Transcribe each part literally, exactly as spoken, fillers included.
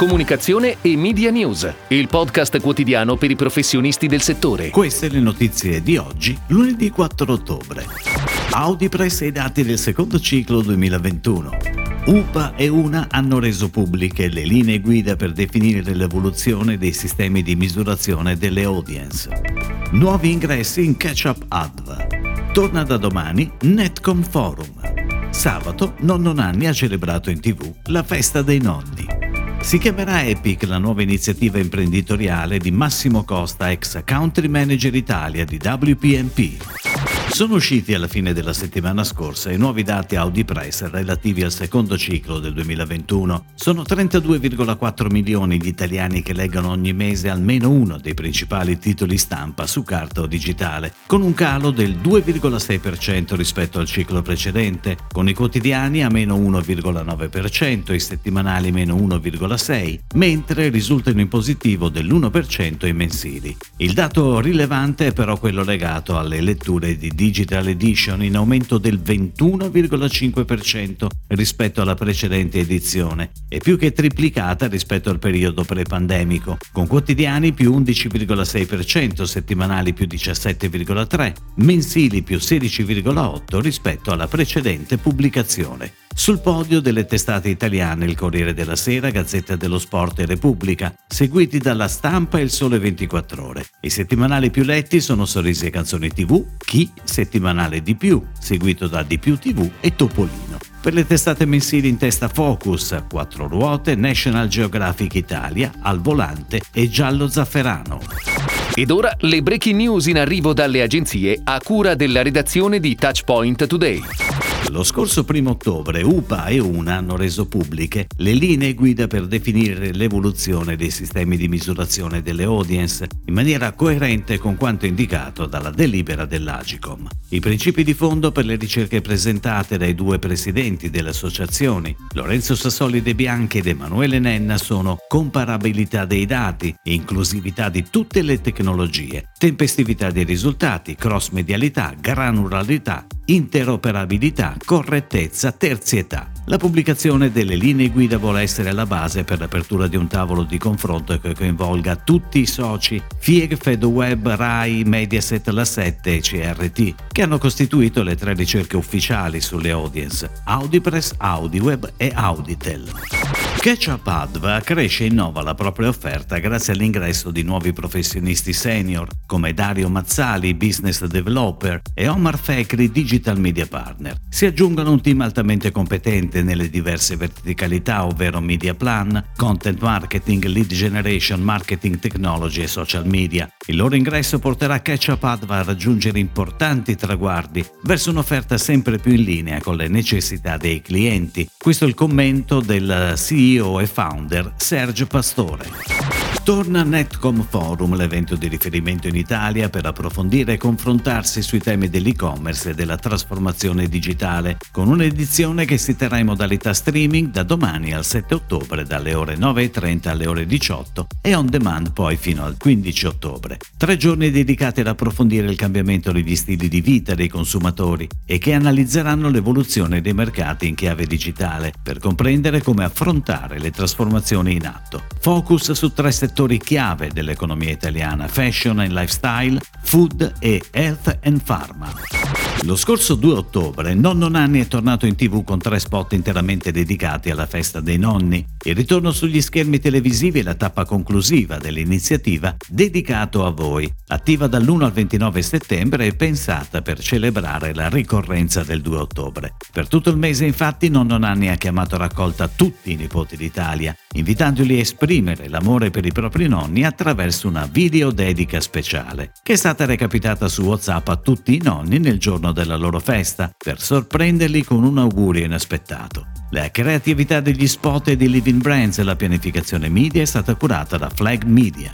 comunicazione e media news, il podcast quotidiano per i professionisti del settore. Queste le notizie di oggi, lunedì quattro ottobre. Audipress e i dati del secondo ciclo duemilaventuno. U P A e U N A hanno reso pubbliche le linee guida per definire l'evoluzione dei sistemi di misurazione delle audience. Nuovi ingressi in Catch-up A D V. Torna da domani Netcom Forum. Sabato Nonno Nanni ha celebrato in tivù la festa dei nonni. Si chiamerà Epic la nuova iniziativa imprenditoriale di Massimo Costa, ex Country Manager Italia di W P M P. Sono usciti alla fine della settimana scorsa i nuovi dati Audipress relativi al secondo ciclo del duemilaventuno. Sono trentadue virgola quattro milioni gli italiani che leggono ogni mese almeno uno dei principali titoli stampa su carta o digitale, con un calo del due virgola sei per cento rispetto al ciclo precedente, con i quotidiani a meno uno virgola nove per cento e i settimanali meno uno virgola sei per cento, mentre risultano in positivo dell'uno per cento i mensili. Il dato rilevante è però quello legato alle letture di Digital Edition, in aumento del ventuno virgola cinque per cento rispetto alla precedente edizione e più che triplicata rispetto al periodo pre-pandemico, con quotidiani più undici virgola sei per cento, settimanali più diciassette virgola tre per cento, mensili più sedici virgola otto per cento rispetto alla precedente pubblicazione. Sul podio delle testate italiane il Corriere della Sera, Gazzetta dello Sport e Repubblica, seguiti dalla Stampa e il Sole ventiquattro Ore. I settimanali più letti sono Sorrisi e Canzoni tivù, Chi, settimanale Di Più, seguito da Di Più tivù e Topolino. Per le testate mensili in testa Focus, Quattro Ruote, National Geographic Italia, Al Volante e Giallo Zafferano. Ed ora le breaking news in arrivo dalle agenzie a cura della redazione di Touchpoint Today. Lo scorso primo ottobre U P A e U N A hanno reso pubbliche le linee guida per definire l'evoluzione dei sistemi di misurazione delle audience in maniera coerente con quanto indicato dalla delibera dell'Agicom. I principi di fondo per le ricerche presentate dai due presidenti delle associazioni, Lorenzo Sassoli De Bianchi ed Emanuele Nenna, sono comparabilità dei dati, inclusività di tutte le tecnologie, tempestività dei risultati, cross-medialità, granularità, interoperabilità, correttezza, terzietà. La pubblicazione delle linee guida vuole essere la base per l'apertura di un tavolo di confronto che coinvolga tutti i soci F I E G, Fedoweb, Rai, Mediaset, La sette e C R T, che hanno costituito le tre ricerche ufficiali sulle audience: Audipress, Audiweb e Auditel. Catch-up A D V cresce e innova la propria offerta grazie all'ingresso di nuovi professionisti senior come Dario Mazzali, Business Developer, e Omar Fekri, Digital Media Partner. Si aggiungono un team altamente competente nelle diverse verticalità, ovvero Media Plan, Content Marketing, Lead Generation, Marketing Technology e Social Media. Il loro ingresso porterà Catch-up A D V a raggiungere importanti traguardi verso un'offerta sempre più in linea con le necessità dei clienti. Questo è il commento del C E O e founder Sergio Pastore. Torna Netcom Forum, l'evento di riferimento in Italia per approfondire e confrontarsi sui temi dell'e-commerce e della trasformazione digitale, con un'edizione che si terrà in modalità streaming da domani al sette ottobre dalle ore nove e trenta alle ore diciotto e on demand poi fino al quindici ottobre. Tre giorni dedicati ad approfondire il cambiamento degli stili di vita dei consumatori e che analizzeranno l'evoluzione dei mercati in chiave digitale per comprendere come affrontare le trasformazioni in atto. Focus su tre settori chiave dell'economia italiana: fashion and lifestyle, food e health and pharma. Lo scorso due ottobre Nonno Nanni è tornato in tivù con tre spot interamente dedicati alla festa dei nonni. Il ritorno sugli schermi televisivi è la tappa conclusiva dell'iniziativa Dedicato a voi, attiva dall'primo al ventinove settembre e pensata per celebrare la ricorrenza del due ottobre. Per tutto il mese infatti Nonno Nanni ha chiamato a raccolta tutti i nipoti d'Italia, invitandoli a esprimere l'amore per i propri nonni attraverso una video dedica speciale, che è stata recapitata su WhatsApp a tutti i nonni nel giorno della loro festa, per sorprenderli con un augurio inaspettato. La creatività degli spot e di Living Brands e la pianificazione media è stata curata da Flag Media.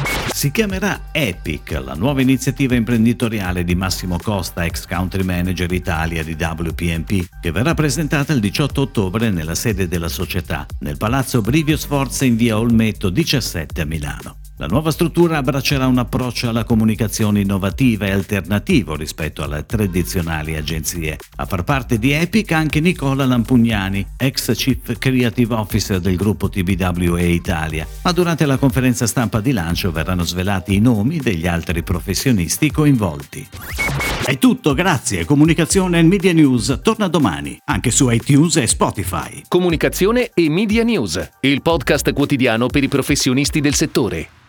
Si chiamerà Epic, la nuova iniziativa imprenditoriale di Massimo Costa, ex Country Manager Italia di W P M P, che verrà presentata il diciotto ottobre nella sede della società, nel Palazzo Brivio Sforza in via Olmetto diciassette a Milano. La nuova struttura abbraccerà un approccio alla comunicazione innovativa e alternativo rispetto alle tradizionali agenzie. A far parte di Epic anche Nicola Lampugnani, ex Chief Creative Officer del gruppo T B W A Italia. Ma durante la conferenza stampa di lancio verranno svelati i nomi degli altri professionisti coinvolti. È tutto, grazie. Comunicazione e Media News torna domani, anche su iTunes e Spotify. Comunicazione e Media News, il podcast quotidiano per i professionisti del settore.